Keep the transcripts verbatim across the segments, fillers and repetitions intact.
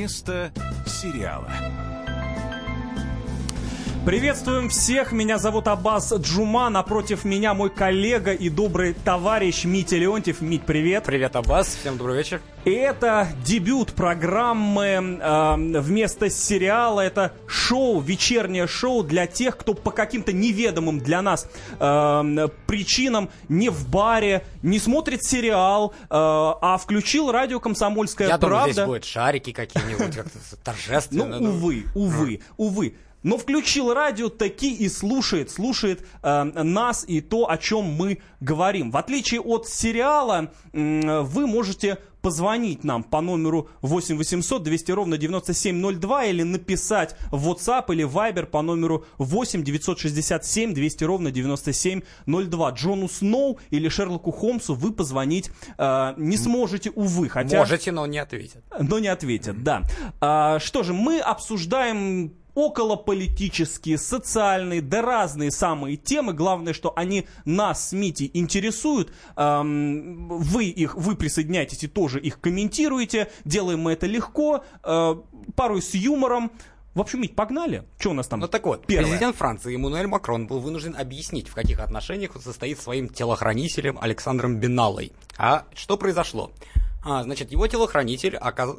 Вместо сериала. Приветствуем всех, меня зовут Аббас Джума, напротив меня мой коллега и добрый товарищ Митя Леонтьев. Мить, привет. Привет, Аббас, всем добрый вечер. И это дебют программы э, «Вместо сериала». Это шоу, вечернее шоу для тех, кто по каким-то неведомым для нас э, причинам не в баре, не смотрит сериал, э, а включил радио «Комсомольская Я правда». Я думаю, здесь будут шарики какие-нибудь, как-то торжественно. Ну, увы, увы, увы. Но включил радио таки и слушает, слушает э, нас и то, о чем мы говорим. В отличие от сериала, э, вы можете позвонить нам по номеру восемь восемьсот двести ровно девяносто семь ноль два или написать в WhatsApp или Viber по номеру восемь девятьсот шестьдесят семь двести ровно девяносто семь ноль два. Джону Сноу или Шерлоку Холмсу вы позвонить э, не сможете, увы. Хотя... Можете, но не ответят. Но не ответят, да. А, что же, мы обсуждаем околополитические, социальные, да разные самые темы. Главное, что они нас с Митей интересуют. Эм, вы их, вы присоединяйтесь и тоже их комментируете. Делаем мы это легко, э, порой с юмором. В общем, Мить, погнали. Что у нас там? Ну так вот, первое? Президент Франции Эммануэль Макрон был вынужден объяснить, в каких отношениях он состоит со своим телохранителем Александром Беналой. А что произошло? А, значит, его телохранитель оказался...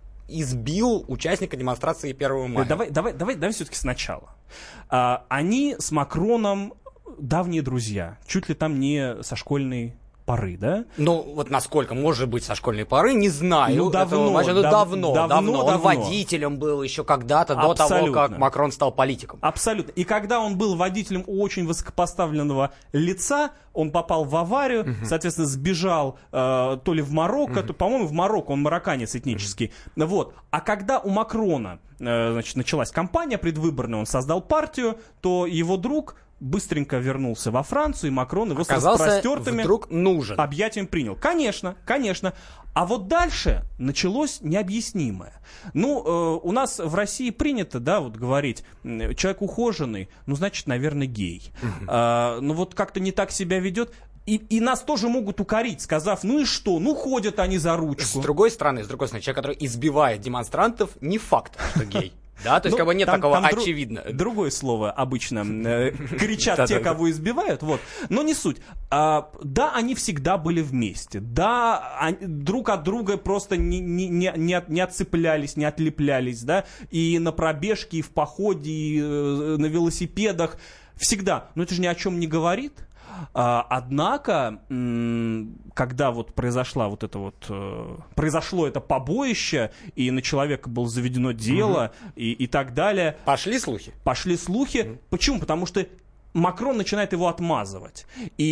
избил участника демонстрации первого мая. Давай, давай, давай, давай все-таки сначала. А, они с Макроном давние друзья, чуть ли там не со школьной поры, да? Ну, вот насколько, может быть, со школьной поры, не знаю. Ну, давно, матча, ну, дав- давно, давно, давно, Он давно. водителем был еще когда-то, до того, как Макрон стал политиком. Абсолютно. И когда он был водителем у очень высокопоставленного лица, он попал в аварию, uh-huh. соответственно, сбежал э, то ли в Марокко, uh-huh. то, по-моему, в Марокко, он марокканец этнический. Uh-huh. Вот. А когда у Макрона э, значит, началась кампания предвыборная, он создал партию, то его друг быстренько вернулся во Францию, и Макрон его оказался с распростертыми вдруг нужен. объятием принял. Конечно, конечно. А вот дальше началось необъяснимое. Ну, э, у нас в России принято, да, вот говорить, человек ухоженный, ну, значит, наверное, гей. Uh-huh. Э, ну, вот как-то не так себя ведет. И, и нас тоже могут укорить, сказав, ну и что, ну ходят они за ручку. С другой стороны, с другой стороны, человек, который избивает демонстрантов, не факт, что гей. Да, то есть, ну, как бы нет там, такого там очевидно. Дру- другое слово обычно э, кричат те, кого избивают, вот. Но не суть. А, да, они всегда были вместе. Да, они, друг от друга просто не, не, не, не отцеплялись, не отлеплялись, да. И на пробежке, и в походе, и э, на велосипедах. Всегда. Но это же ни о чем не говорит. А, однако, м- когда вот произошла вот это вот, э, произошло это побоище, и на человека было заведено дело, угу. и, и так далее. Пошли слухи? Пошли слухи. Угу. Почему? Потому что Макрон начинает его отмазывать.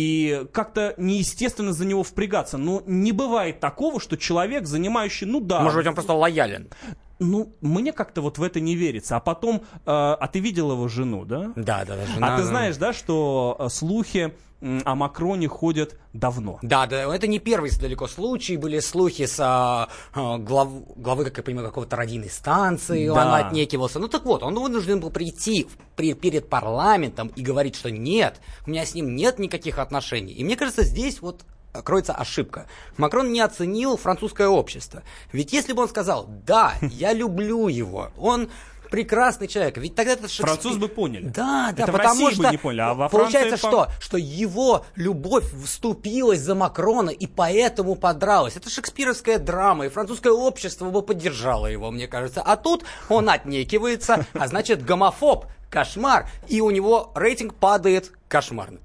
И как-то неестественно за него впрягаться. Но не бывает такого, что человек, занимающий, ну да... Может быть, он просто лоялен. Ну, мне как-то вот в это не верится. А потом, э, а ты видел его жену, да? Да, да, да. Жена, а ты да. знаешь, да, что э, слухи э, о Макроне ходят давно? Да, да, это не первый далеко случай. Были слухи с а, а, глав, главы, как я понимаю, какого-то радийной станции. Да. Он отнекивался. Ну так вот, он вынужден был прийти при, перед парламентом и говорить, что нет, у меня с ним нет никаких отношений. И мне кажется, здесь вот кроется ошибка. Макрон не оценил французское общество. Ведь если бы он сказал, да, я люблю его, он прекрасный человек, ведь тогда это Шекспир... Французы бы поняли. Да, да, это потому в России что бы не поняли, а во получается Франции... что? Что его любовь вступилась за Макрона и поэтому подралась. Это шекспировская драма, и французское общество бы поддержало его, мне кажется. А тут он отнекивается, а значит гомофоб, кошмар, и у него рейтинг падает кошмарно.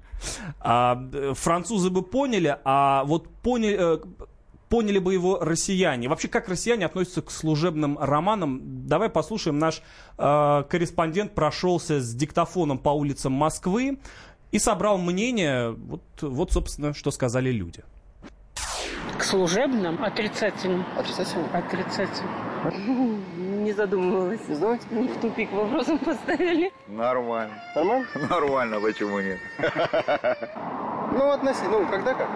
А, французы бы поняли, а вот поняли, поняли бы его россияне. Вообще, как россияне относятся к служебным романам? Давай послушаем. Наш э, корреспондент прошелся с диктофоном по улицам Москвы и собрал мнение. Вот, вот, собственно, что сказали люди. К служебным отрицательным. Отрицательным? Отрицательным. Не задумывалась. Не знаете? Не в тупик вопросом поставили. Нормально. Нормально? Нормально, почему нет? Ну, относи, ну, когда как?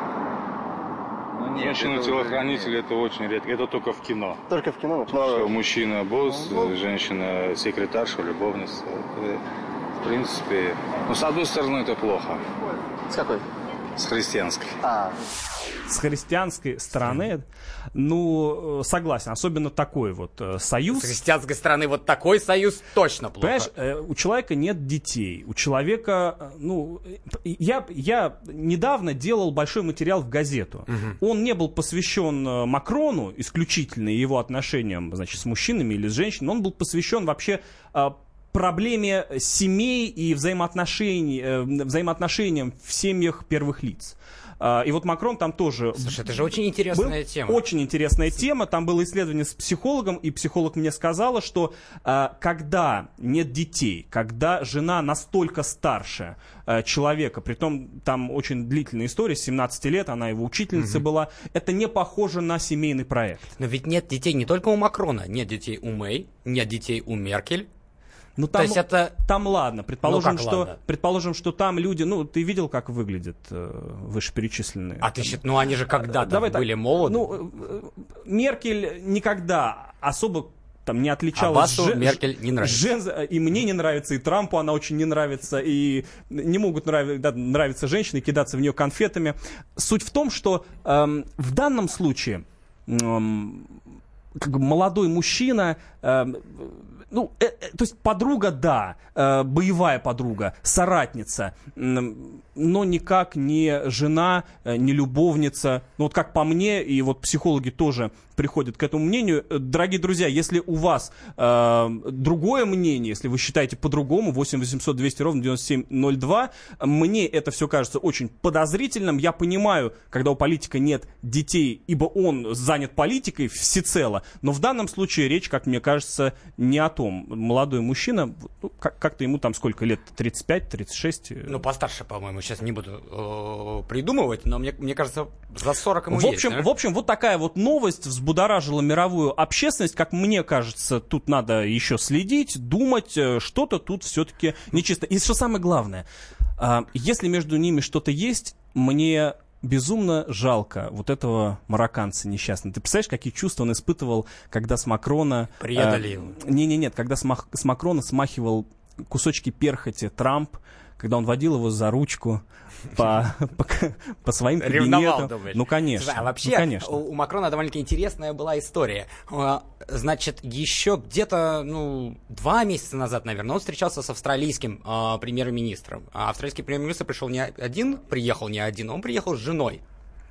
Ну, нет, Женщина-телохранитель это очень редко. Это только в кино. Только в кино? Что мужчина босс, женщина секретарша, любовница. Это, в принципе, ну, с одной стороны, это плохо. С какой? С христианской. А, С христианской стороны, ну, согласен, особенно такой вот э, союз. С христианской стороны вот такой союз точно плохо. Понимаешь, э, у человека нет детей, у человека, э, ну, я, я недавно делал большой материал в газету. Угу. Он не был посвящен э, Макрону исключительно и его отношениям, значит, с мужчинами или с женщинами, он был посвящен вообще э, проблеме семей и взаимоотношений, э, взаимоотношениям в семьях первых лиц. И вот Макрон там тоже... Слушай, это же очень интересная был, тема. Очень интересная тема. Там было исследование с психологом, и психолог мне сказала, что э, когда нет детей, когда жена настолько старше э, человека, притом там очень длительная история, с семнадцати лет, она его учительницей угу. была, это не похоже на семейный проект. Но ведь нет детей не только у Макрона, нет детей у Мэй, нет детей у Меркель. Ну, там, То есть это... там ладно, предположим, ну, что, ладно? предположим, что там люди, ну, ты видел, как выглядят э, вышеперечисленные? А ты считаешь, ну они же когда-то Давай были так, молоды. Ну, Меркель никогда особо там не отличалась. Аббасу жен... Меркель не нравится. Жен... И мне не нравится, и Трампу она очень не нравится, и не могут нрав... да, нравиться женщины, кидаться в нее конфетами. Суть в том, что эм, в данном случае эм, как бы молодой мужчина... Эм, Ну, э, э, то есть подруга, да, э, боевая подруга, соратница, э, но никак не жена, э, не любовница. Ну, вот как по мне, и вот психологи тоже приходят к этому мнению. Дорогие друзья, если у вас э, другое мнение, если вы считаете по-другому, восемь восемьсот двести ровно девяносто семь ноль два, мне это все кажется очень подозрительным. Я понимаю, когда у политика нет детей, ибо он занят политикой всецело, но в данном случае речь, как мне кажется, не о том. Молодой мужчина, ну, как- как-то ему там сколько лет? тридцать пять тридцать шесть? Ну, постарше, по-моему, сейчас не буду э, придумывать, но мне, мне кажется, за сорок ему В есть, общем, да? в общем, вот такая вот новость взбудоражила мировую общественность. Как мне кажется, тут надо еще следить, думать, э, что-то тут все-таки нечисто. И что самое главное, э, если между ними что-то есть, мне безумно жалко вот этого марокканца несчастного. Ты представляешь, какие чувства он испытывал, когда с Макрона... Предали его. Э, Не-не-нет, когда с, Мах, с Макрона смахивал кусочки перхоти Трамп, когда он водил его за ручку по, по, по своим кабинетам. Ревновал, думаешь? Ну, конечно. Слушай, а вообще, ну, конечно. у, у Макрона довольно-таки интересная была история. А, Значит, еще где-то, ну, два месяца назад, наверное, он встречался с австралийским а, премьер-министром. А австралийский премьер-министр пришел не один, приехал не один, он приехал с женой.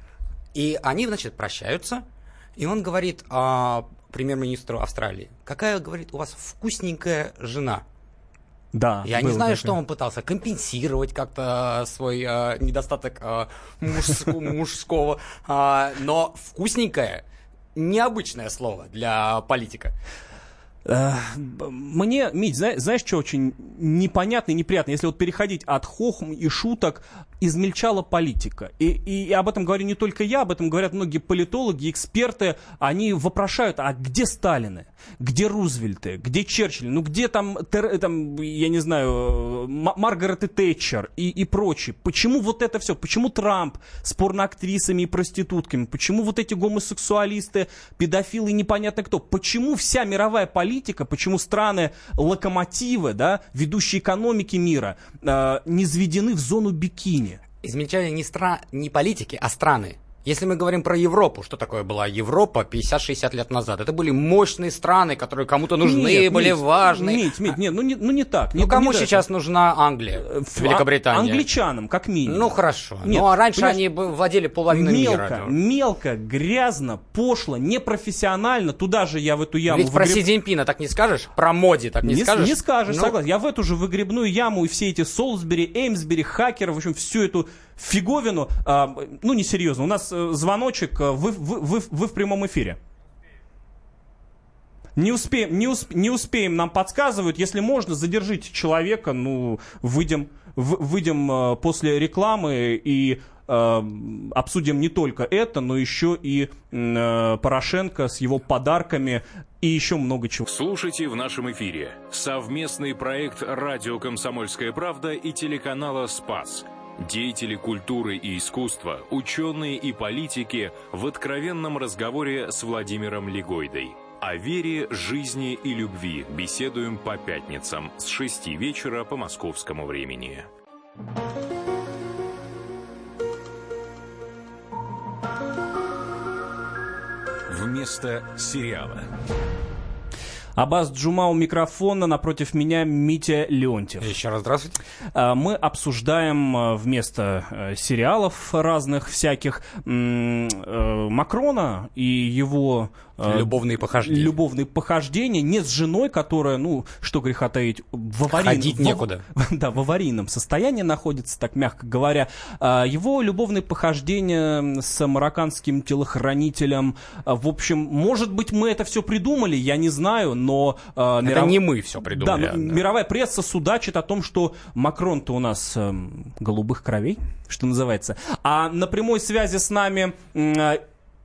И они, значит, прощаются, и он говорит а, премьер-министру Австралии: какая, говорит, у вас вкусненькая жена. Да, Я не было знаю, такое. что он пытался компенсировать как-то свой э, недостаток э, мужско- мужского, э, но вкусненькое необычное слово для политика. Э, Мне, Мить, зна- знаешь, что очень непонятно и неприятно? Если вот переходить от хохм и шуток, измельчала политика. И, и, и об этом говорю не только я, об этом говорят многие политологи, эксперты. Они вопрошают: а где Сталины? Где Рузвельты? Где Черчилль? Ну где там, тер, там я не знаю, М- Маргарет и Тэтчер и, и прочие? Почему вот это все? Почему Трамп с порноактрисами и проститутками? Почему вот эти гомосексуалисты, педофилы и непонятно кто? Почему вся мировая политика, почему страны-локомотивы, да, ведущие экономики мира, э, не заведены в зону бикини? Измельчали не, стра... не политики, а страны. Если мы говорим про Европу, что такое была Европа пятьдесят-шестьдесят лет назад? Это были мощные страны, которые кому-то нужны, Нет, были Мить, важны. Мить, Мить, нет, ну не, ну не так. Ну не- кому не сейчас так. нужна Англия, Ф- Великобритания? Англичанам, как минимум. Ну хорошо. Нет, ну а раньше понимаешь, они бы владели половиной Мелко, мира. мелко, грязно, пошло, непрофессионально. Туда же я в эту яму Ведь про выгреб- Си Цзиньпина так не скажешь? Про Моди так не, Не, скажешь? не скажешь, Ну, согласен. Я в эту же выгребную яму и все эти Солсбери, Эймсбери, хакеры, в общем, всю эту фиговину. А, ну, несерьезно. У нас э, звоночек, э, вы, вы, вы, вы в прямом эфире. Не успеем, не, усп- не успеем, нам подсказывают. Если можно, задержите человека. Ну, выйдем, в- выйдем э, после рекламы и э, обсудим не только это, но еще и э, Порошенко с его подарками и еще много чего. Слушайте в нашем эфире совместный проект «Радио Комсомольская правда» и телеканала «Спас». Деятели культуры и искусства, ученые и политики в откровенном разговоре с Владимиром Легойдой. О вере, жизни и любви беседуем по пятницам с шести вечера по московскому времени. Вместо сериала. Аббас Джума у микрофона, напротив меня Митя Леонтьев. Еще раз здравствуйте. Мы обсуждаем вместо сериалов разных всяких Макрона и его... Любовные похождения. Любовные похождения. Не с женой, которая, ну, что греха таить, в аварийном... Ходить некуда. В, да, в аварийном состоянии находится, так мягко говоря. Его любовные похождения с марокканским телохранителем. В общем, может быть, мы это все придумали, я не знаю, но... Это миров... не мы все придумали. Да, да, мировая пресса судачит о том, что Макрон-то у нас э, голубых кровей, что называется. А на прямой связи с нами... Э,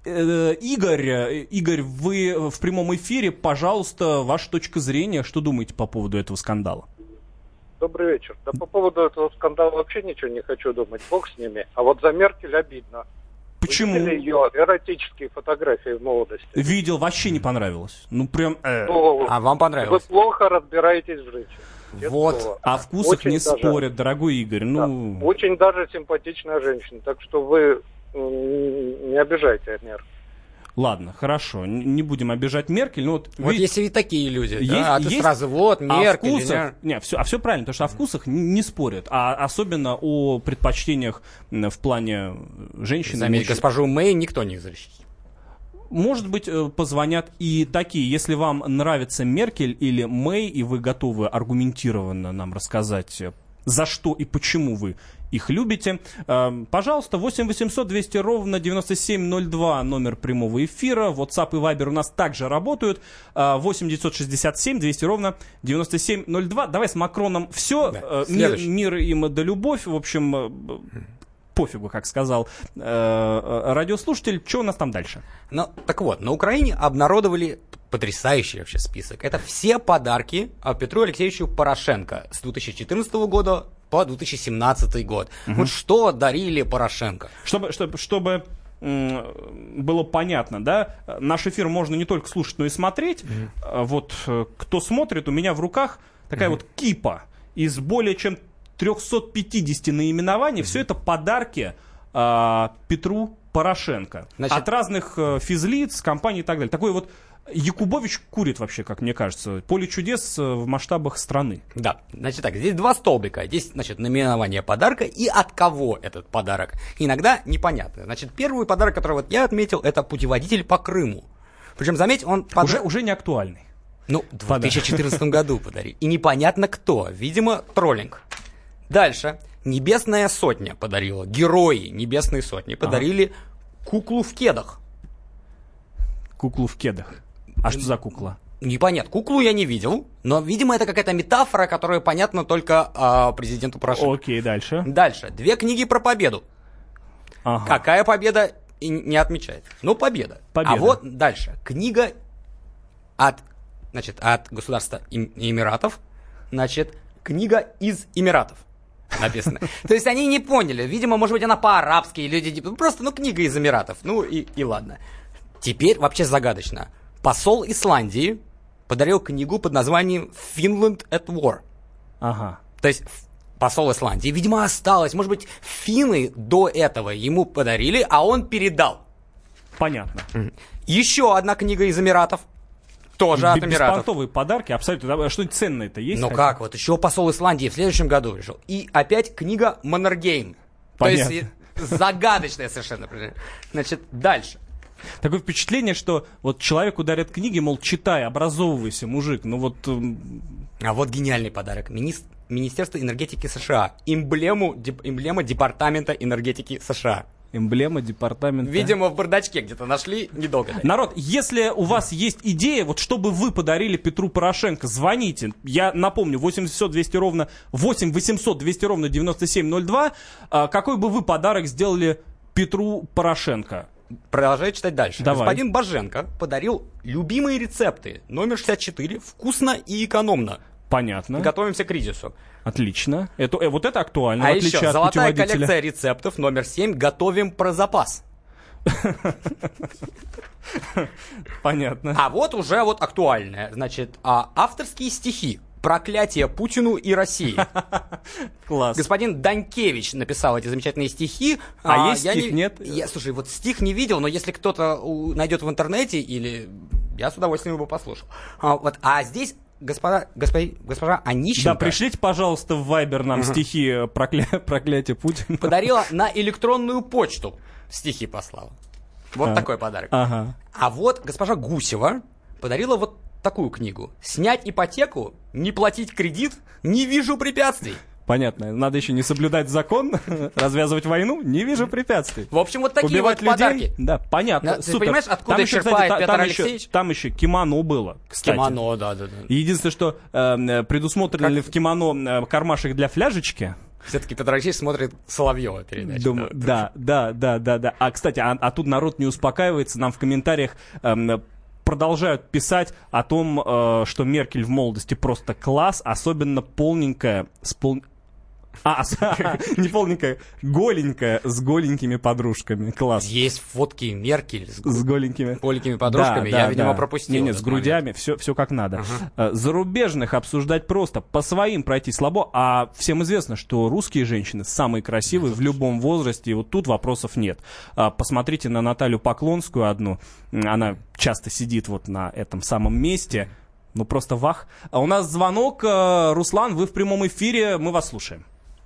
Игорь, Игорь, вы в прямом эфире, пожалуйста, ваша точка зрения, что думаете по поводу этого скандала? Добрый вечер. Да по поводу этого скандала вообще ничего не хочу думать, бог с ними. А вот за Меркель обидно. Почему? Вы видели ее эротические фотографии в молодости? Видел, вообще не понравилось. Ну прям... Э. Ну, а вам понравилось? Вы плохо разбираетесь в женщине. Вот. О вкусах очень не даже, спорят, дорогой Игорь. Ну... Да, очень даже симпатичная женщина. Так что вы не обижайте Меркель. Ладно, хорошо, не будем обижать Меркель. Но вот вот видите, если и такие люди, есть, да, а ты есть, сразу вот Меркель. А, вкусах, не, все, а все правильно, потому что о вкусах не, не спорят, а особенно о предпочтениях в плане женщин. Заметь, госпожу Мэй никто не защитит. Может быть, позвонят и такие. Если вам нравится Меркель или Мэй, и вы готовы аргументированно нам рассказать, за что и почему вы их любите, пожалуйста, восемь восемьсот двести ровно девяносто семь ноль два номер прямого эфира. WhatsApp и Viber у нас также работают. восемь девятьсот шестьдесят семь двести ровно девяносто семь ноль два. Давай с Макроном все. Да. Мир, мир им да любовь. В общем, пофигу, как сказал радиослушатель. Что у нас там дальше? Ну, так вот, на Украине обнародовали потрясающий вообще список. Это все подарки Петру Алексеевичу Порошенко с две тысячи четырнадцатого года по две тысячи семнадцатый год. Угу. Вот что дарили Порошенко. Чтобы, чтобы, чтобы м- было понятно, да, наш эфир можно не только слушать, но и смотреть. Угу. Вот кто смотрит, у меня в руках такая угу. вот кипа из более чем триста пятьдесят наименований. Угу. Все это подарки а, Петру Порошенко. Значит, от разных а, физлиц, компаний и так далее. Такой вот Якубович курит вообще, как мне кажется. Поле чудес в масштабах страны. Да, значит так, здесь два столбика. Здесь, значит, наименование подарка и от кого этот подарок. Иногда непонятно. Значит, первый подарок, который вот я отметил, это путеводитель по Крыму. Причем, заметь, он... Под... Уже, уже не актуальный. Ну, в две тысячи четырнадцатом году подарили. И непонятно кто. Видимо, троллинг. Дальше. Небесная сотня подарила. Герои Небесной сотни подарили ага. куклу в кедах. Куклу в кедах. А что за кукла? Непонятно. Куклу я не видел, но, видимо, это какая-то метафора, которая понятна только э, президенту Порошенко. Окей, дальше. Дальше. Две книги про победу. Ага. Какая победа и не отмечает? Ну, победа. победа. А вот дальше. Книга от, значит, от государства Эмиратов. Значит, книга из Эмиратов. Написано. То есть они не поняли. Видимо, может быть, она по-арабски. Люди просто, ну, книга из Эмиратов. Ну, и, и ладно. Теперь вообще загадочно. Посол Исландии подарил книгу под названием «Finland at War». Ага. То есть посол Исландии, видимо, осталось. Может быть, финны до этого ему подарили, а он передал. Понятно. Еще одна книга из Эмиратов. Тоже от Эмиратов. Беспонтовые подарки, абсолютно. Что-нибудь ценное-то есть? Ну как, вот еще посол Исландии в следующем году пришел. И опять книга Маннергейм. То есть загадочная совершенно. Значит, дальше. Такое впечатление, что вот человеку дарят книги, мол, читай, образовывайся, мужик. Ну вот... А вот гениальный подарок. Министр, Министерство энергетики США. Эмблему, деп, эмблема Департамента энергетики США. Эмблема департамента... Видимо, в бардачке где-то нашли, недолго. Народ, если у вас есть идея, вот что бы вы подарили Петру Порошенко, звоните. Я напомню, восемь восемьсот двести ровно, восемь восемьсот двести ровно девяносто семь ноль два. Какой бы вы подарок сделали Петру Порошенко? Продолжаю читать дальше. Давай. Господин Боженко подарил любимые рецепты. Номер шестьдесят четыре. Вкусно и экономно. Понятно. Готовимся к кризису. Отлично. Это, э, вот это актуально. А в отличие еще от золотая путеводителя. коллекция рецептов. Номер семь. Готовим про запас. Понятно. А вот уже вот актуальное. Значит, авторские стихи. «Проклятие Путину и России». Класс. Господин Данкевич написал эти замечательные стихи. А, а есть я стих, не... нет? Я, слушай, вот стих не видел, но если кто-то найдет в интернете, или я с удовольствием его послушал. А, вот, а здесь... Господа, госпожа, госпожа Онищенко... Да, пришлите, пожалуйста, в Вайбер нам uh-huh. стихи прокля... «Проклятие Путина». Подарила на электронную почту. Стихи послала. Вот а, такой подарок. Ага. А вот госпожа Гусева подарила вот такую книгу. «Снять ипотеку, не платить кредит, не вижу препятствий». Понятно. Надо еще не соблюдать закон, развязывать войну, не вижу препятствий. В общем, вот такие Убивать вот подарки. Людей? Да, понятно. Ты супер. понимаешь, откуда там еще, черпает кстати, Петр там Алексеевич? Еще, там еще кимоно было, кстати. Кимоно, да, да, да. Единственное, что э, предусмотрено как... ли в кимоно э, кармашек для фляжечки? Все-таки Петр Алексеевич смотрит Соловьева передачу. Думаю, да, да, да, да, да. А, кстати, а, а тут народ не успокаивается. Нам в комментариях э, продолжают писать о том, э, что Меркель в молодости просто класс, особенно полненькая, с пол... А, не полненькая, голенькая, с голенькими подружками. Класс. Есть фотки Меркель с, с голенькими. голенькими подружками. Да, я, да, видимо, да. пропустил. Не, не, с грудями, все, все как надо. Uh-huh. Зарубежных обсуждать просто. По своим пройти слабо. А всем известно, что русские женщины самые красивые в любом возрасте. И вот тут вопросов нет. Посмотрите на Наталью Поклонскую одну. Она часто сидит вот на этом самом месте. Ну, просто вах. А у нас звонок. Руслан, вы в прямом эфире. Мы вас слушаем.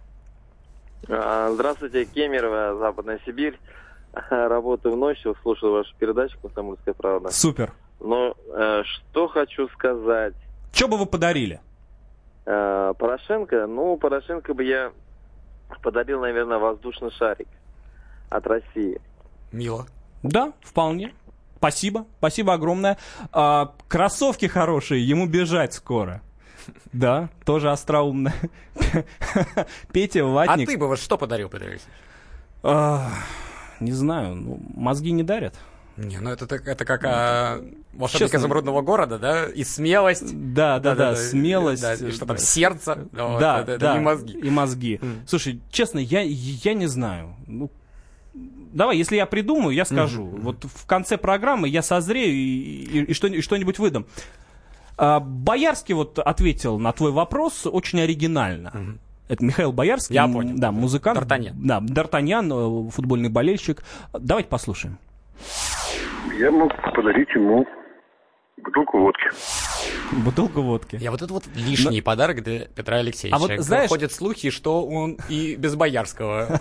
Здравствуйте, Кемерово, Западная Сибирь. Работаю ночью, слушаю вашу передачу «Комсомольская правда». Супер. Но э, что хочу сказать. Что бы вы подарили? Э, Порошенко? Ну, Порошенко бы я подарил, наверное, воздушный шарик от России. Мило. Да, вполне. Спасибо, спасибо огромное. А, кроссовки хорошие, ему бежать скоро. Да, тоже остроумно. Петя Ватник. А ты бы вот что подарил, Петр Алексеевич? А, не знаю, ну, мозги не дарят. Не, ну это, это как а, волшебник изумрудного города, да? И смелость. Да, да, да, да, да смелость. Да, и что там, сердце. Да, вот, да, это, да, это и мозги. И мозги. Mm. Слушай, честно, я, я не знаю. Ну, давай, если я придумаю, я скажу. Mm-hmm. Вот в конце программы я созрею и, и, и, что, и что-нибудь выдам. А, Боярский вот ответил на твой вопрос очень оригинально. Mm-hmm. Это Михаил Боярский. Я понял. Да, музыкант. Д'Артаньян. Да, Д'Артаньян, футбольный болельщик. Давайте послушаем. Я мог подарить ему бутылку водки. Бутылку водки. Я вот это вот лишний Но... подарок для Петра Алексеевича. А вот, знаешь... Ходят слухи, что он и без Боярского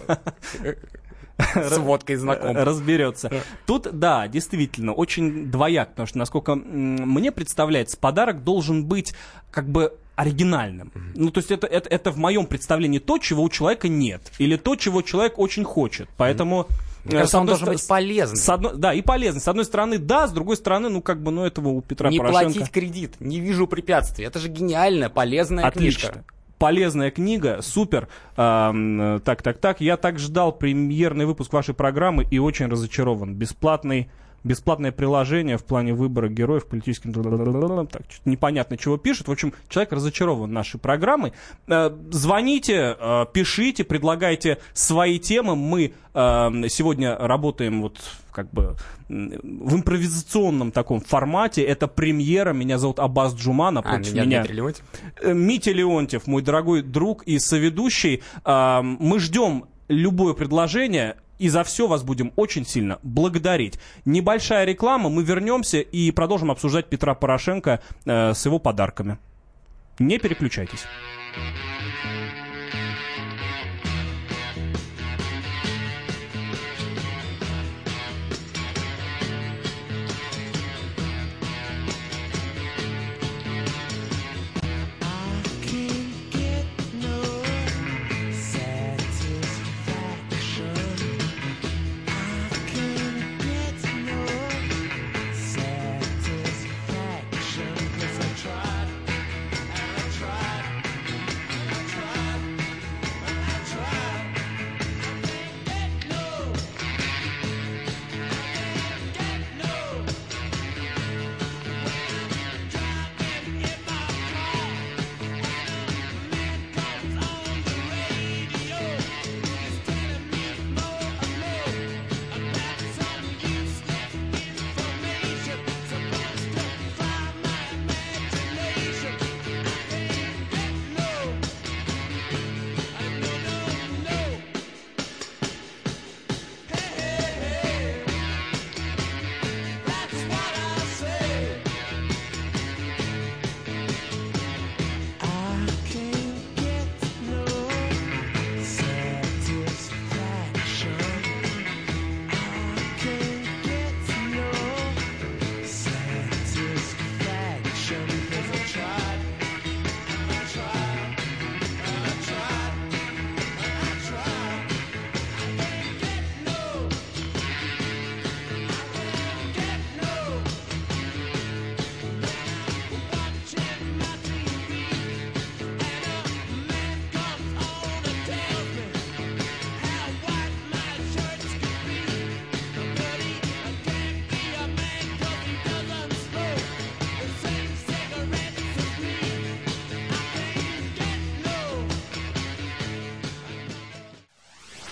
с водкой знаком. Разберется. Тут, да, действительно, очень двояк, потому что, насколько мне представляется, подарок должен быть как бы оригинальным. Mm-hmm. Ну, то есть это, это, это в моем представлении то, чего у человека нет. Или то, чего человек очень хочет. Поэтому... Mm-hmm. Мне кажется, он должен быть полезным. С одной, да, и полезный. С одной стороны, да, с другой стороны, ну, как бы, ну, этого у Петра не Порошенко... Не платить кредит, не вижу препятствий. Это же гениальная, полезная Отлично. Книжка. Полезная книга, супер. А, так, так, так. Я так ждал премьерный выпуск вашей программы и очень разочарован. Бесплатный... Бесплатное приложение в плане выбора героев политическим... Так, что-то непонятно, чего пишет. В общем, человек разочарован нашей программой. Звоните, пишите, предлагайте свои темы. Мы сегодня работаем вот как бы в импровизационном таком формате. Это премьера. Меня зовут Аббас Джума. Напротив а, меня, меня Дмитрий Леонтьев. Митя Леонтьев, мой дорогой друг и соведущий. Мы ждем любое предложение. И за все вас будем очень сильно благодарить. Небольшая реклама, мы вернемся и продолжим обсуждать Петра Порошенко э, с его подарками. Не переключайтесь.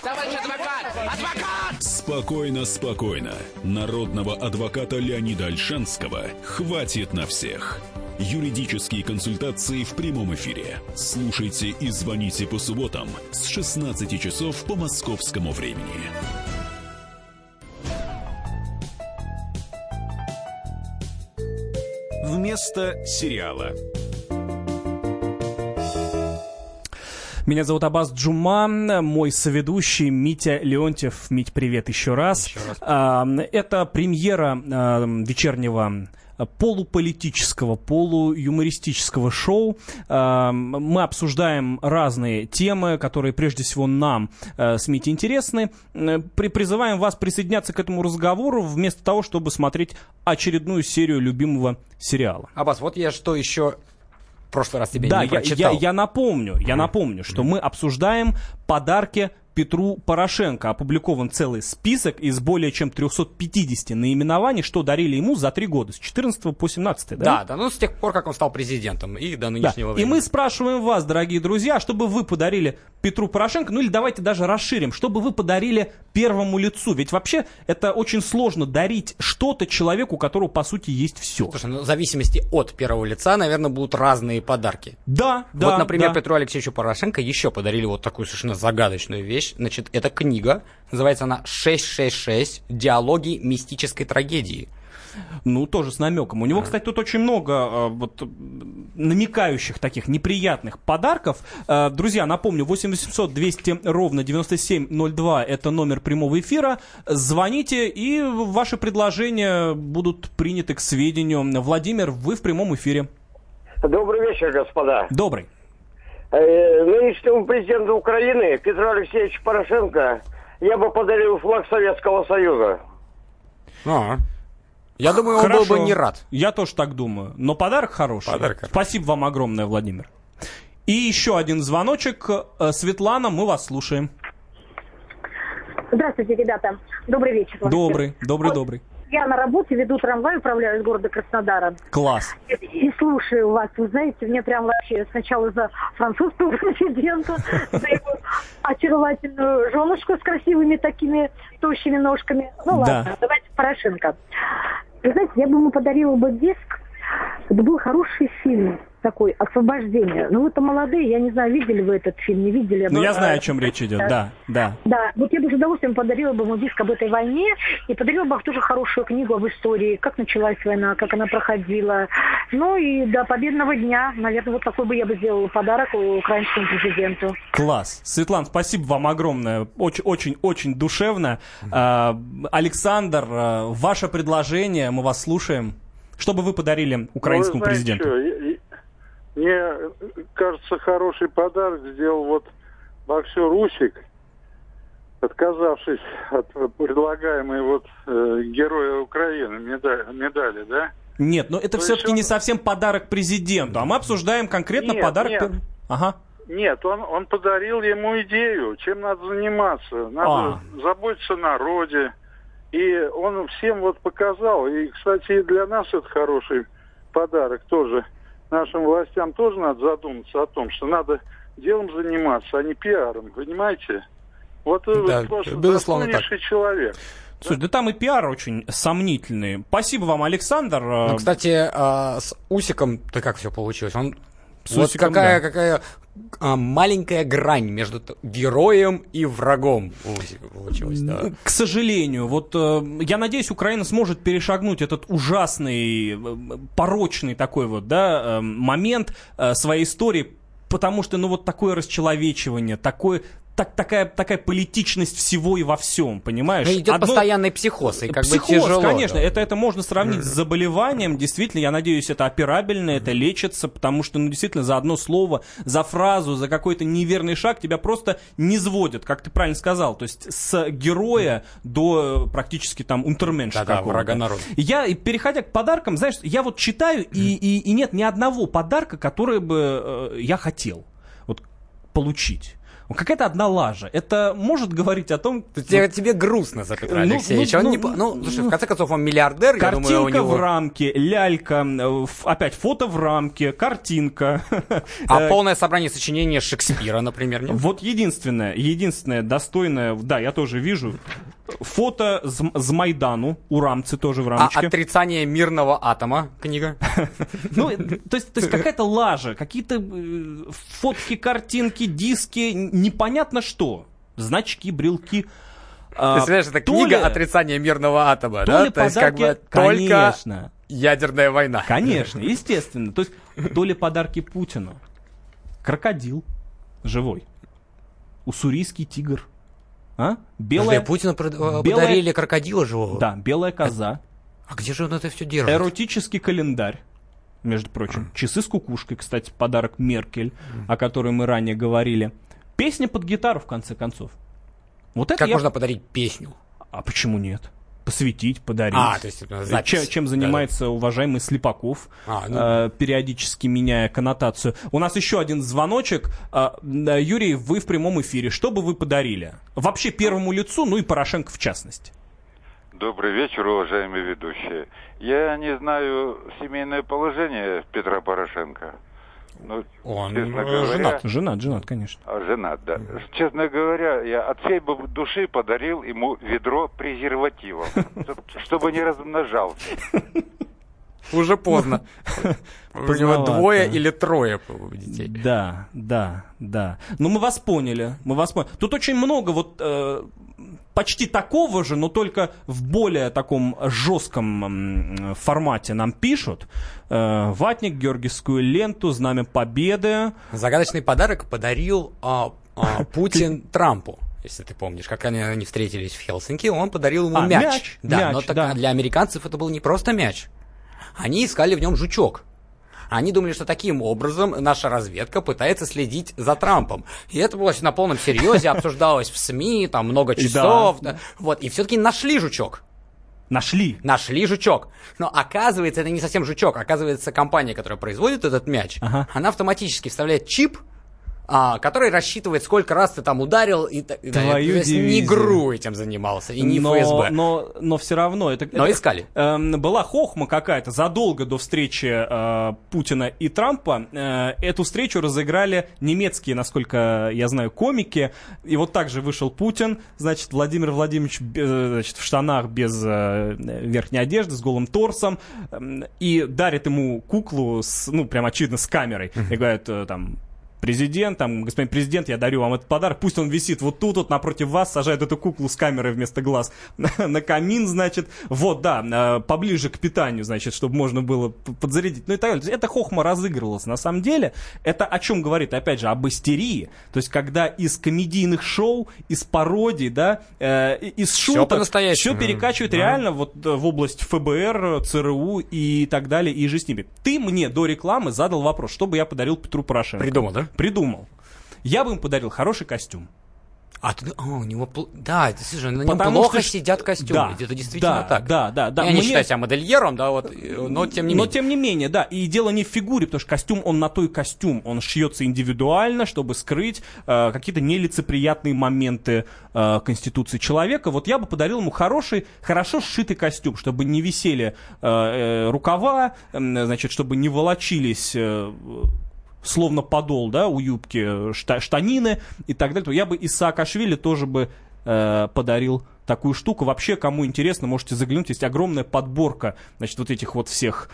Товарищ адвокат! Адвокат! Спокойно, спокойно. Народного адвоката Леонида Ольшанского хватит на всех. Юридические консультации в прямом эфире. Слушайте и звоните по субботам с шестнадцати часов по московскому времени. Вместо сериала. Меня зовут Аббас Джума, мой соведущий Митя Леонтьев. Мить, привет еще раз. Еще раз. А, это премьера а, вечернего полуполитического, полуюмористического шоу. Мы обсуждаем разные темы, которые прежде всего нам с Митей интересны. Призываем вас присоединяться к этому разговору вместо того, чтобы смотреть очередную серию любимого сериала. Аббас, вот я что еще в прошлый раз тебе да, не я, прочитал. Я, я напомню, я напомню, что мы обсуждаем подарки Петру Порошенко. Опубликован целый список из более чем триста пятьдесят наименований, что дарили ему за три года, с четырнадцатого по семнадцатый, да? Да, да, ну с тех пор, как он стал президентом и до нынешнего да. времени. И мы спрашиваем вас, дорогие друзья, что бы вы подарили Петру Порошенко, ну или давайте даже расширим, что бы вы подарили первому лицу? Ведь вообще это очень сложно дарить что-то человеку, у которого по сути есть все. Слушай, ну в зависимости от первого лица, наверное, будут разные подарки. Да, да. Вот, например, да. Петру Алексеевичу Порошенко еще подарили вот такую совершенно загадочную вещь. Значит, это книга, называется она шестьсот шестьдесят шесть «Диалоги мистической трагедии». Ну, тоже с намеком. У него, кстати, тут очень много э, вот, намекающих таких неприятных подарков. Э, друзья, напомню, восемь восемьсот двести ровно девяносто семь ноль два это номер прямого эфира. Звоните, и ваши предложения будут приняты к сведению. Владимир, вы в прямом эфире. Добрый вечер, господа. Добрый. Э, нынешнему президенту Украины Петру Алексеевичу Порошенко я бы подарил флаг Советского Союза. А, я думаю, он Хорошо. был бы не рад. Я тоже так думаю. Но подарок хороший. Подарок хороший. Спасибо вам огромное, Владимир. И еще один звоночек. Светлана, мы вас слушаем. Здравствуйте, ребята. Добрый вечер. Добрый, добрый, вот добрый. Я на работе, веду трамвай, управляю из города Краснодара. Класс. И, и слушаю вас. Вы знаете, мне прям вообще сначала за французского президента, за его очаровательную женушку с красивыми такими тощими ножками. Ну ладно, да. Давайте Порошенко. Вы знаете, я бы ему подарила бы диск. Это был хороший фильм такой, «Освобождение». Ну, вы-то молодые, я не знаю, видели вы этот фильм, не видели. Ну, но, я знаю, а, о чем речь идет, да, да. Да, вот я бы с удовольствием подарила бы ему диск об этой войне и подарила бы тоже хорошую книгу об истории, как началась война, как она проходила. Ну и до победного дня, наверное, вот такой бы я бы сделала подарок украинскому президенту. Класс. Светлана, спасибо вам огромное. Очень-очень-очень душевно. А, Александр, ваше предложение, мы вас слушаем. Что бы вы подарили украинскому ну, вы знаете, президенту? Что? Мне кажется, хороший подарок сделал вот боксер Усик, отказавшись от предлагаемой вот э, Героя Украины медали, медали, да? Нет, но это То все-таки он... не совсем подарок президенту, а мы обсуждаем конкретно нет, подарок... Нет. Ага. Нет, он, он подарил ему идею, чем надо заниматься. Надо а. заботиться о народе. И он всем вот показал. И, кстати, и для нас это хороший подарок тоже. Нашим властям тоже надо задуматься о том, что надо делом заниматься, а не пиаром, понимаете? Вот да, просто достойнейший человек. Слушай, да? да там и пиар очень сомнительный. Спасибо вам, Александр. Ну, кстати, а, с Усиком-то как все получилось? Он... С вот Усиком, какая, да. какая а, маленькая грань между героем и врагом получилась, да. К сожалению, вот э, я надеюсь, Украина сможет перешагнуть этот ужасный, э, порочный такой вот, да, э, момент э, своей истории, потому что, ну, вот такое расчеловечивание, такое... Так, такая, такая политичность всего и во всем, понимаешь? Ну, идет Одно... постоянный психоз, и как психоз, бы тяжело. конечно, да. это, это можно сравнить mm-hmm. с заболеванием. Действительно, я надеюсь, это операбельно, mm-hmm. это лечится, потому что, ну, действительно, за одно слово, за фразу, за какой-то неверный шаг тебя просто низводят, как ты правильно сказал. То есть с героя mm-hmm. до практически там унтерменша да, какого-то. Да, врага народа. Я, переходя к подаркам, знаешь, я вот читаю, mm-hmm. и, и, и нет ни одного подарка, который бы э, я хотел вот, получить. Какая-то одна лажа. Это может говорить о том... Тебе, вот, тебе грустно за Петра ну, Алексеевича. Ну, он ну, не, ну, ну, слушай, в конце концов, он миллиардер, я думаю, у него... Картинка в рамке, лялька, опять фото в рамке, картинка. А полное собрание сочинения Шекспира, например, нет? Вот единственное, единственное достойное, да, я тоже вижу, фото с, с Майдану, у Рамцы тоже в рамочке. А «Отрицание мирного атома» книга? Ну, то есть какая-то лажа, какие-то фотки, картинки, диски, непонятно что. Значки, брелки. Ты знаешь, это книга «Отрицание мирного атома», да? То есть как бы только ядерная война. Конечно, естественно. То есть то ли подарки Путину. Крокодил живой. Уссурийский тигр. А? Белая... Путину белая... подарили крокодила живого? Да, белая коза. А где же он это все держит? Эротический календарь, между прочим. Часы с кукушкой, кстати, подарок Меркель, о которой мы ранее говорили. Песня под гитару, в конце концов. Вот это как я... можно подарить песню? А почему нет? Посвятить, подарить. А, то есть запись. Чем, чем занимается да, да. уважаемый Слепаков, а, ну... э, периодически меняя коннотацию. У нас еще один звоночек. Э, Юрий, вы в прямом эфире. Что бы вы подарили? Вообще первому лицу, ну и Порошенко в частности. Добрый вечер, уважаемые ведущие. Я не знаю семейное положение Петра Порошенко. Ну, он говоря, женат. Женат, женат, конечно. А, женат, да. Честно говоря, я от всей души подарил ему ведро презервативов, чтобы не размножался. Уже поздно. У него двое или трое детей. Да, да, да. Ну, мы вас поняли. Мы вас поняли. Тут очень много вот э, почти такого же, но только в более таком жестком э, формате нам пишут. Э, ватник, георгиевскую ленту, знамя победы. Загадочный подарок подарил э, э, Путин Трампу. Если ты помнишь, как они, они встретились в Хелсинки, он подарил ему а, мяч. мяч. Да, мяч, но так, да. Для американцев это был не просто мяч. Они искали в нем жучок. Они думали, что таким образом наша разведка пытается следить за Трампом. И это было на полном серьезе, обсуждалось в СМИ, там много часов. Да. Да, вот, и все-таки нашли жучок. Нашли? Нашли жучок. Но оказывается, это не совсем жучок. Оказывается, компания, которая производит этот мяч, ага. она автоматически вставляет чип, А, который рассчитывает, сколько раз ты там ударил, и, и да, не ГРУ этим занимался, и не но, ФСБ. Но, но все равно... Это, но это, искали. Э, была хохма какая-то. Задолго до встречи э, Путина и Трампа э, эту встречу разыграли немецкие, насколько я знаю, комики. И вот так же вышел Путин, значит, Владимир Владимирович э, значит, в штанах без э, верхней одежды, с голым торсом, э, и дарит ему куклу, с, ну, прям очевидно, с камерой. И говорит, э, там... Президент, там, господин президент, я дарю вам этот подарок, пусть он висит вот тут, вот напротив вас, сажает эту куклу с камерой вместо глаз на камин, значит, вот, да, поближе к питанию, значит, чтобы можно было подзарядить, ну и так далее. Это хохма разыгрывалась. На самом деле, это о чем говорит, опять же, об истерии, то есть, когда из комедийных шоу, из пародий, да, э, из шуток, все, все перекачивают mm-hmm. реально вот в область ФБР, ЦРУ и так далее, и же с ними. Ты мне до рекламы задал вопрос, что бы я подарил Петру Порошенко. Придумал, да? Придумал. Я бы им подарил хороший костюм. А, ты, о, у него... Да, это, слушай, на нем плохо что... сидят костюмы. Да, это действительно да, так. Да, да, да. Я Мне... не считаю себя модельером, да, вот, но тем не но, менее. Но тем не менее, да. И дело не в фигуре, потому что костюм, он на то и костюм. Он шьется индивидуально, чтобы скрыть э, какие-то нелицеприятные моменты э, конституции человека. Вот я бы подарил ему хороший, хорошо сшитый костюм, чтобы не висели э, э, рукава, э, значит, чтобы не волочились... Э, словно подол, да, у юбки, штанины и так далее, то я бы и Саакашвили тоже бы э, подарил такую штуку. Вообще, кому интересно, можете заглянуть, есть огромная подборка, значит, вот этих вот всех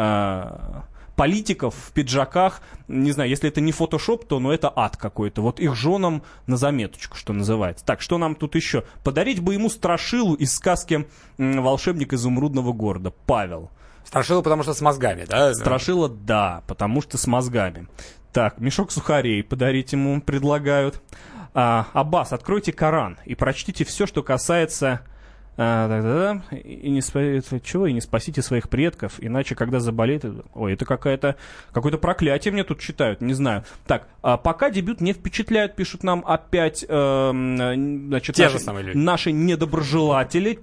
э, политиков в пиджаках. Не знаю, если это не фотошоп, то, ну, это ад какой-то. Вот их женам на заметочку, что называется. Так, что нам тут еще? Подарить бы ему страшилу из сказки «Волшебник изумрудного города», Павел. Страшила, потому что с мозгами, да? Страшила, да, потому что с мозгами. Так, мешок сухарей подарить ему предлагают. А, Аббас, откройте Коран и прочтите все, что касается... А, да, да, да, и не спасите, чего, и не спасите своих предков, иначе, когда заболеет... Ой, это какая-то, какое-то проклятие мне тут читают, не знаю. Так, а пока дебют не впечатляют, пишут нам опять, э, значит, те наши, же самые люди. Наши недоброжелатели, те,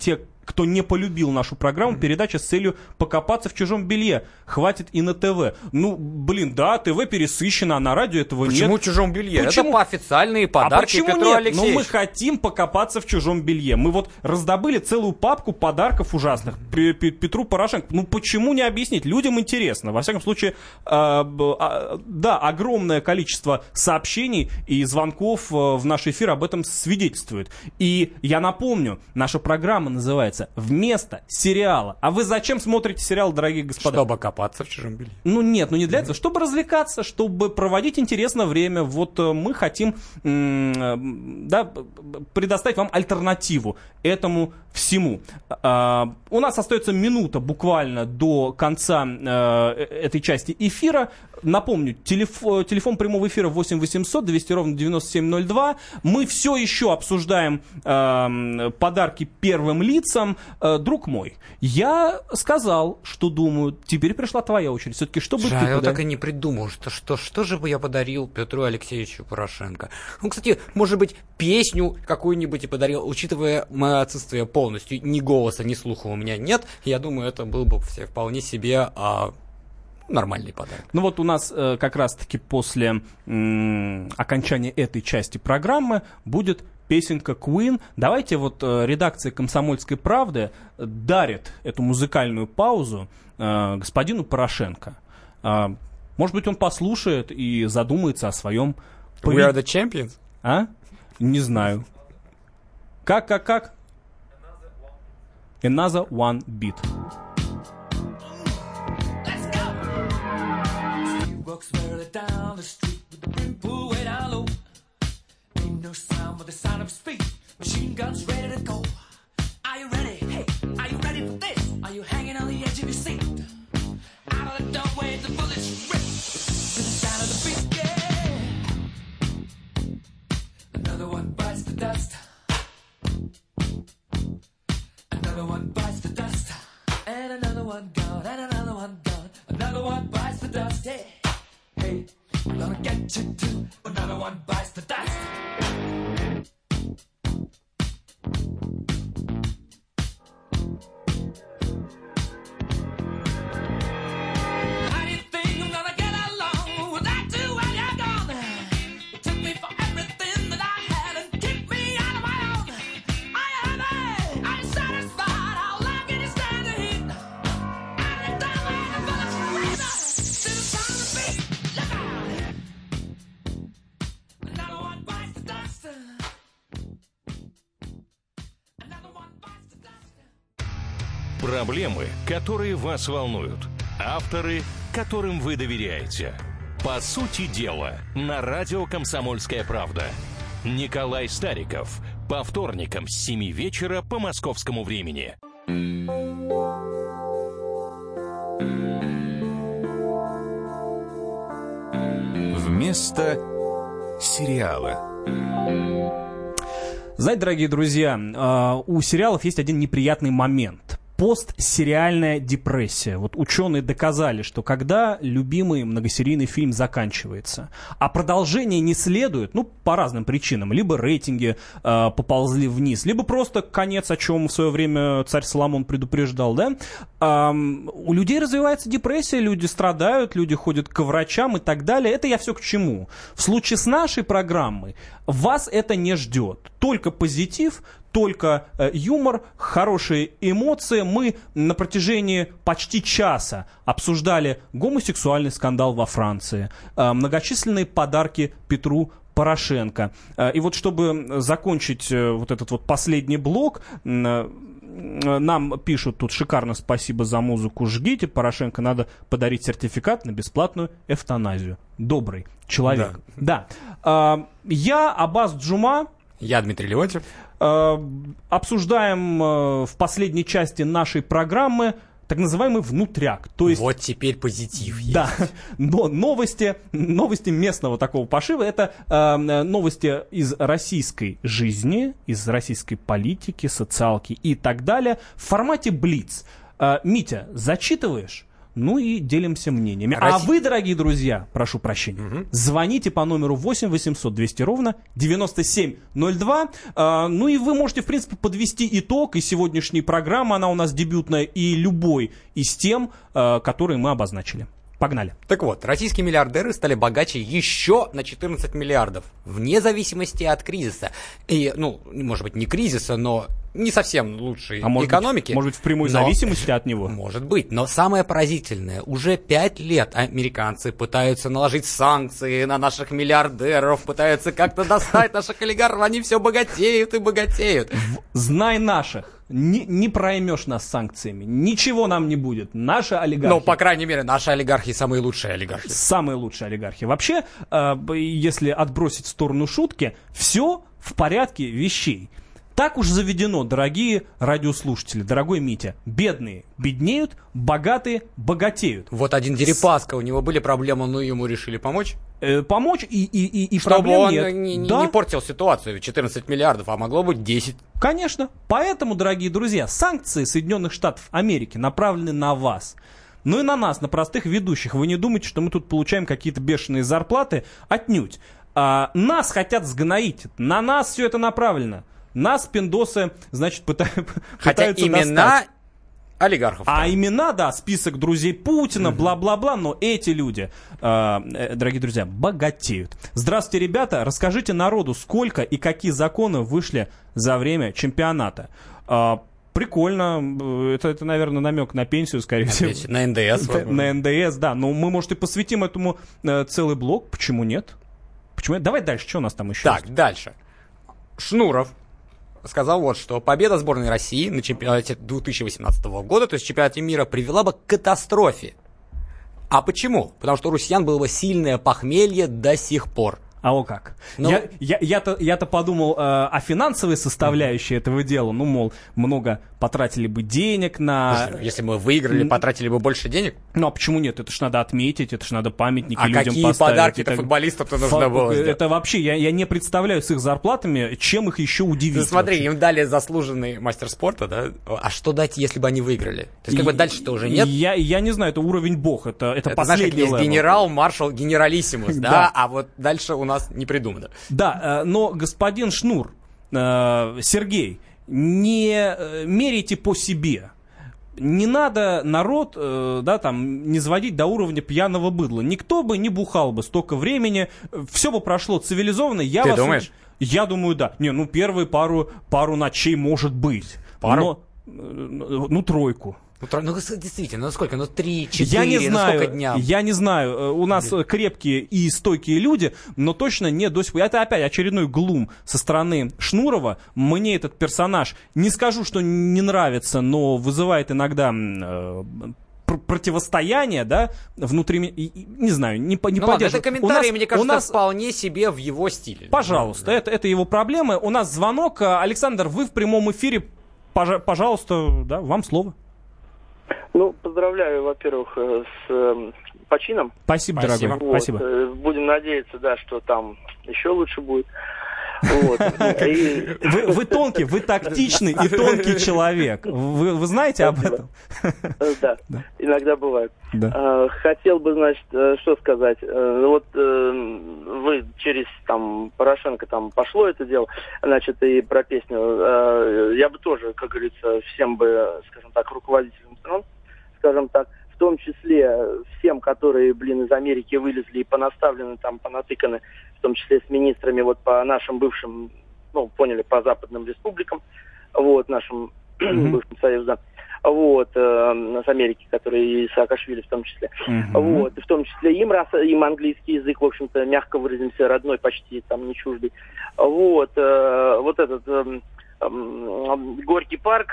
кто не полюбил нашу программу, передача с целью покопаться в чужом белье. Хватит и на ТВ. Ну, блин, да, ТВ пересыщено, а на радио этого Почему нет. Почему в чужом белье? Почему? Это по официальные подарки а Петру нет? Алексеевичу. Ну, мы хотим покопаться в чужом белье. Мы вот раздобыли целую папку подарков ужасных Петру Порошенко. Ну, почему не объяснить? Людям интересно. Во всяком случае, э, э, да, огромное количество сообщений и звонков э, в наш эфир об этом свидетельствует. И я напомню, наша программа называется «Вместо сериала». А вы зачем смотрите сериал, дорогие господа? Чтобы копаться в чужом белье. Ну нет, ну не для этого. Чтобы развлекаться, чтобы проводить интересное время. Вот э, мы хотим э, да, предоставить вам альтернативу этому всему. Э, у нас остается минута буквально до конца э, этой части эфира. Напомню, телефон, телефон прямого эфира восемь восемьсот двести ровно девяносто семь ноль два. Мы все еще обсуждаем э, подарки первым лицам. Э, друг мой, я сказал, что думаю. Теперь пришла твоя очередь. Все-таки что бы ты Я подарил? так и не придумал, что, что, что же бы я подарил Петру Алексеевичу Порошенко. Ну, кстати, может быть, песню какую-нибудь и подарил, учитывая мое отсутствие полностью ни голоса, ни слуха у меня нет. Я думаю, это был бы все вполне себе... А... нормальный подарок. Ну вот у нас э, как раз-таки после м- окончания этой части программы будет песенка Queen. Давайте вот э, редакция «Комсомольской правды» дарит эту музыкальную паузу э, господину Порошенко. Э, может быть, он послушает и задумается о своем... We are the champions? А? Не знаю. Как, как, как? Another one beat. Walks merrily down the street with the brim pulled way down low. Ain't no sound but the sound of speed. Machine guns ready to go. Are you ready? Hey, are you ready for this? Are you hanging on the edge of your seat? Out of the doorway, the bullets rip to the sound of the beat. Yeah. Another one bites the dust. Another one bites the dust. And another one gone. And another one gone. Another one bites the dust. Yeah. Hey, we're gonna get you too. Another one bites the dust. How do you think I'm gonna get along without you when you're gone? You took me for everything that I had and kicked me out of my own. Are you happy? Are you satisfied? How long can you stand the heat? Out of the doorway, the bullets rain to the sound of the beat. Look out! Another one bites the dust. Another one bites the dust. Проблемы, которые вас волнуют. Авторы, которым вы доверяете. По сути дела, на радио «Комсомольская правда». Николай Стариков. По вторникам с семи вечера по московскому времени. Вместо сериала. Знаете, дорогие друзья, у сериалов есть один неприятный момент. Постсериальная депрессия. Вот ученые доказали, что когда любимый многосерийный фильм заканчивается, а продолжение не следует, ну, по разным причинам, либо рейтинги э, поползли вниз, либо просто конец, о чем в свое время царь Соломон предупреждал, да, э, у людей развивается депрессия, люди страдают, люди ходят к врачам и так далее. Это я все к чему? В случае с нашей программой вас это не ждет. Только позитив, только э, юмор, хорошие эмоции. Мы на протяжении почти часа обсуждали гомосексуальный скандал во Франции, э, многочисленные подарки Петру Порошенко. Э, и вот чтобы закончить э, вот этот вот последний блок, э, нам пишут тут: шикарно, спасибо за музыку, жгите, Порошенко надо подарить сертификат на бесплатную эвтаназию. Добрый человек. Да. да. Э, я Аббас Джума. Я Дмитрий Леонтьев. Обсуждаем в последней части нашей программы так называемый внутряк. То есть, вот теперь позитив есть. Да, но новости, новости местного такого пошива. Это э, новости из российской жизни, из российской политики, социалки и так далее в формате Блиц. Э, Митя, зачитываешь? ну и делимся мнениями. Россия... А вы, дорогие друзья, прошу прощения, угу. звоните по номеру восемь восемьсот двести ровно девяносто семь ноль два. А, ну и вы можете, в принципе, подвести итог и сегодняшней программы, она у нас дебютная, и любой из тем, а, которые мы обозначили. Погнали. Так вот, российские миллиардеры стали богаче еще на четырнадцать миллиардов, вне зависимости от кризиса. И, ну, может быть, не кризиса, но не совсем лучшей а может экономики. Быть, может быть, в прямой но... зависимости от него? Может быть, но самое поразительное, уже пять лет американцы пытаются наложить санкции на наших миллиардеров, пытаются как-то достать наших олигархов, они все богатеют и богатеют. Знай наших. Не, не проймешь нас санкциями. Ничего нам не будет. Наши олигархи... Ну, по крайней мере, наши олигархи самые лучшие олигархи. Самые лучшие олигархи. Вообще, э, если отбросить в сторону шутки, все в порядке вещей. Так уж заведено, дорогие радиослушатели, дорогой Митя. Бедные беднеют, богатые богатеют. Вот один Дерипаска, у него были проблемы, но ему решили помочь. Э, помочь и, и, и, и Чтобы проблем он нет. Не, да? не портил ситуацию. четырнадцать миллиардов, а могло быть десять. Конечно. Поэтому, дорогие друзья, санкции Соединенных Штатов Америки направлены на вас. Ну и на нас, на простых ведущих. Вы не думайте, что мы тут получаем какие-то бешеные зарплаты. Отнюдь. А, нас хотят сгноить. На нас все это направлено. Нас, пиндосы, значит, пытаются Хотя имена достать. Олигархов. А имена, да, список друзей Путина, угу. бла-бла-бла, но эти люди, э, дорогие друзья, богатеют. Здравствуйте, ребята, расскажите народу, сколько и какие законы вышли за время чемпионата. Э, прикольно, это, это, наверное, намек на пенсию, скорее всего. На эн дэ эс. На эн дэ эс, да, но мы, может, и посвятим этому э, целый блок, почему нет? Почему нет? Давай дальше, что у нас там еще Так, есть? дальше. Шнуров сказал вот, что победа сборной России на чемпионате две тысячи восемнадцатого года, то есть чемпионате мира, привела бы к катастрофе. А почему? Потому что у россиян было бы сильное похмелье до сих пор. А о как? Ну, я, я, я-то, я-то подумал э, о финансовой составляющей этого дела. Ну, мол, много потратили бы денег на... Если бы мы выиграли, потратили бы больше денег? Ну, а почему нет? Это ж надо отметить, это ж надо памятники а людям какие поставить. подарки-то это... футболистам-то нужно было сделать? Это вообще, я, я не представляю с их зарплатами, чем их еще удивить. Ну, смотри, вообще. им дали заслуженный мастер спорта, да? А что дать, если бы они выиграли? То есть, как бы дальше-то уже нет? Я, я не знаю, это уровень бог, это, это, это последний знаешь, есть генерал, маршал, генералиссимус, да? да? А вот дальше у нас не придумано. Да, но господин Шнур, Сергей, не меряйте по себе. Не надо народ, да, там, не сводить до уровня пьяного быдла. Никто бы не бухал бы столько времени, все бы прошло цивилизованно. Я Ты вас думаешь? Уч... Я думаю, да. Не, ну первые пару, пару ночей может быть. Пару? Но, ну, тройку. Ну, ну, действительно, ну сколько? Ну, три, четыре, я не ну, знаю, сколько дня? Я не знаю. У нас Где? крепкие и стойкие люди, но точно не до сих пор. Это опять очередной глум со стороны Шнурова. Мне этот персонаж, не скажу, что не нравится, но вызывает иногда... Э, противостояние, да, внутри, не знаю, не, не ну, поддерживаю. Это комментарий, у нас, мне кажется, у нас... вполне себе в его стиле. Пожалуйста, да. это, это его проблемы. У нас звонок. Александр, вы в прямом эфире. Пожалуйста, да, вам слово. Ну, поздравляю, во-первых, с э, почином. Спасибо, Спасибо. дорогой. Вот, Спасибо. Э, будем надеяться, да, что там еще лучше будет. Вот. И... Вы, вы тонкий, вы тактичный и тонкий человек. Вы, вы знаете об этом? Да, да. Иногда бывает. Да. Хотел бы, значит, что сказать. Вот вы через там Порошенко там пошло это дело, значит, и про песню. Я бы тоже, как говорится, всем бы, скажем так, руководителям стран, скажем так, в том числе всем, которые, блин, из Америки вылезли и понаставлены там, понатыканы, в том числе с министрами вот по нашим бывшим, ну, поняли, по западным республикам, вот, нашим mm-hmm. бывшим союзам, вот, э, с Америки, которые и Саакашвили в том числе, mm-hmm. вот, и в том числе им, раз, им английский язык, в общем-то, мягко выразимся, родной, почти там не чуждый, вот, э, вот этот э, э, Горький парк,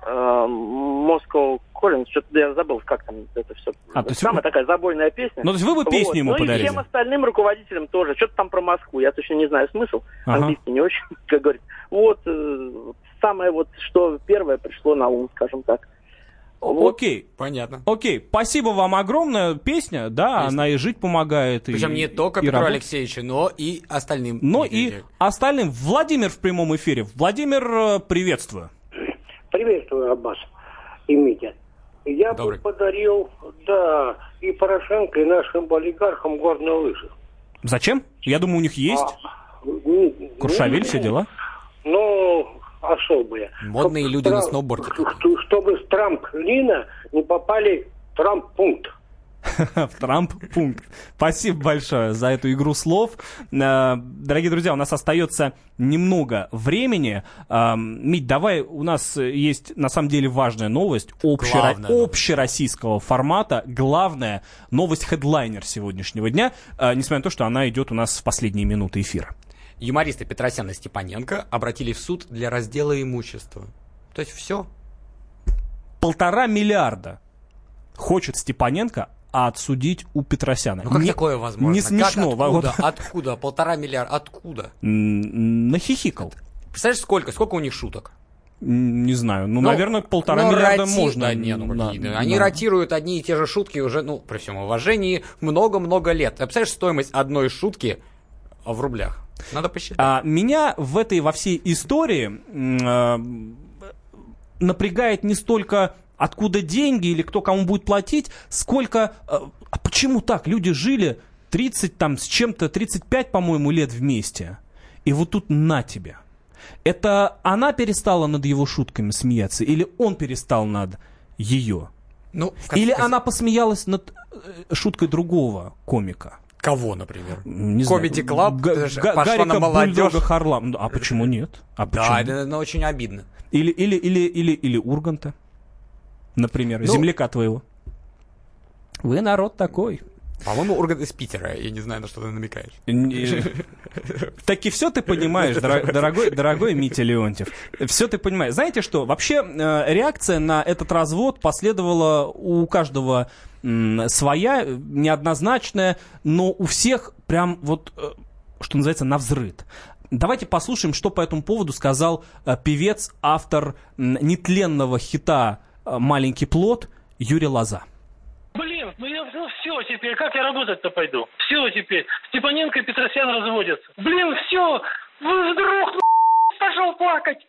Moscow Calling, что-то я забыл, как там это все. А, то есть Самая вы... такая забойная песня. Ну, то есть вы бы песню вот. ему ну, подарили? Ну, и всем остальным руководителям тоже. Что-то там про Москву. Я точно не знаю смысл. Ага. Английский не очень, как говорят. Вот, э, самое вот, что первое пришло на ум, скажем так. Вот. Окей. Понятно. Окей. Спасибо вам огромное. Песня, да, Песня. Она и жить помогает. Причем и, не только Петру работ... Алексеевичу, но и остальным. Но и остальным. Владимир в прямом эфире. Владимир, приветствую. Приветствую, Аббас и Митя. Я Добрый. бы подарил, да, и Порошенко, и нашим олигархам горные лыжи. Зачем? Я думаю, у них есть. А, не- Куршавель, не- все дела. Ну, особые. Модные Чтоб люди на Трамп- сноуборде. ш- Чтобы с Трамп-лина не попали в Трамп-пункт. В Трамп-пункт. Спасибо большое за эту игру слов. Э, Дорогие друзья, у нас остается немного времени. Э, Мить, давай, у нас есть на самом деле важная новость общеро- Главная новость. общероссийского формата. Главная новость-хедлайнер сегодняшнего дня, э, несмотря на то, что она идет у нас в последние минуты эфира. Юмористы Петросян и Степаненко обратились в суд для раздела имущества. То есть все. Полтора миллиарда хочет Степаненко отсудить у Петросяна. Ну как Не- такое возможно? Не смешно. Как, Вот. откуда? Откуда? Полтора миллиарда. Откуда? М, Нахихикал. Представляешь, сколько? Сколько у них шуток? М, Не знаю. Ну, Ну, наверное, полтора ну, миллиарда роти- можно. Да, не, ну Да, какие, да. да. Они ротируют одни и те же шутки уже, ну, при всем уважении, много-много лет. Ты представляешь стоимость одной шутки в рублях? Надо посчитать. А, меня в этой, во всей истории м, а, напрягает не столько откуда деньги или кто кому будет платить, сколько... а, а почему так? Люди жили тридцать там с чем-то, тридцать пять, по-моему, лет вместе. И вот тут на тебе. Это она перестала над его шутками смеяться или он перестал над ее? Ну, Или она посмеялась над э, шуткой другого комика? Кого, например? Не Comedy знаю. Club Га- это же Га- пошла Гарика на молодежь. Бульдога Харлам. Ну, а почему нет? А Да, почему? это, это очень обидно. Или, или, или, или, или Урганта, например, Ну, земляка твоего. Вы народ такой. По-моему, Ургант из Питера. Я не знаю, на что ты намекаешь. Так и все ты понимаешь, дор- дорогой, дорогой Митя Леонтьев. Все ты понимаешь. Знаете что? Вообще э, реакция на этот развод последовала у каждого м, своя, неоднозначная, но у всех прям вот, э, что называется, навзрыд. Давайте послушаем, что по этому поводу сказал э, певец, автор м, нетленного хита э, «Маленький плод» Юрий Лоза. Блин, ну я ну все теперь, как я работать-то пойду? Все теперь. Степаненко и Петросян разводятся. Блин, все, вдруг ну, пошел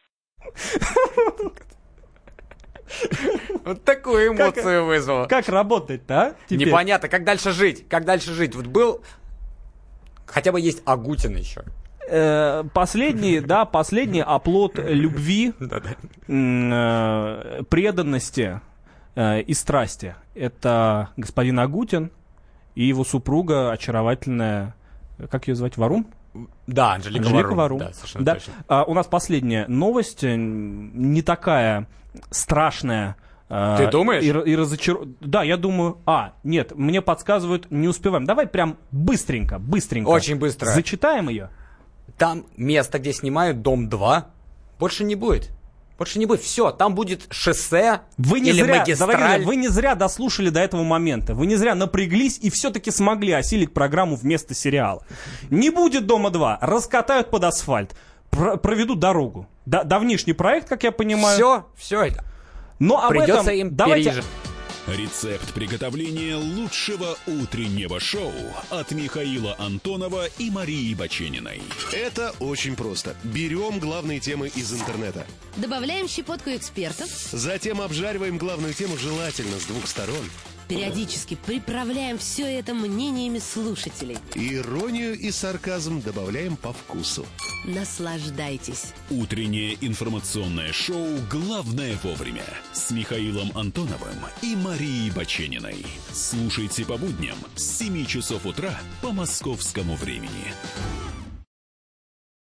плакать. Вот такую эмоцию вызвало. Как работать-то, а? Теперь? Непонятно, как дальше жить? Как дальше жить? Вот был... Хотя бы есть Агутин еще. Э, Последний, да, последний оплот любви, м, э, преданности э, и страсти. Это господин Агутин и его супруга очаровательная, как ее звать, Варум? Да, Анжелика, Анжелика Варум. Варум. Да, совершенно Да. точно. А, у нас последняя новость, э, не такая страшная. э, Ты думаешь? И, и разочар... Да, я думаю... А, нет, мне подсказывают, не успеваем. Давай прям быстренько, быстренько. Очень быстро. Зачитаем ее. Там место, где снимают «Дом два», больше не будет. Больше не будет. Все, там будет шоссе Вы не, или зря, магистраль. дорогие друзья, вы не зря дослушали до этого момента. Вы не зря напряглись и все-таки смогли осилить программу вместо сериала. Не будет «Дома два», раскатают под асфальт, про- проведут дорогу. Да, давнишний проект, как я понимаю. Все, все. Но об Придется этом им давайте... переезжать. Рецепт приготовления лучшего утреннего шоу от Михаила Антонова и Марии Бачениной. Это очень просто. Берем главные темы из интернета. Добавляем щепотку экспертов. Затем обжариваем главную тему желательно с двух сторон. Периодически приправляем все это мнениями слушателей. Иронию и сарказм добавляем по вкусу. Наслаждайтесь. Утреннее информационное шоу «Главное вовремя» с Михаилом Антоновым и Марией Бачениной. Слушайте по будням с семи часов утра по московскому времени.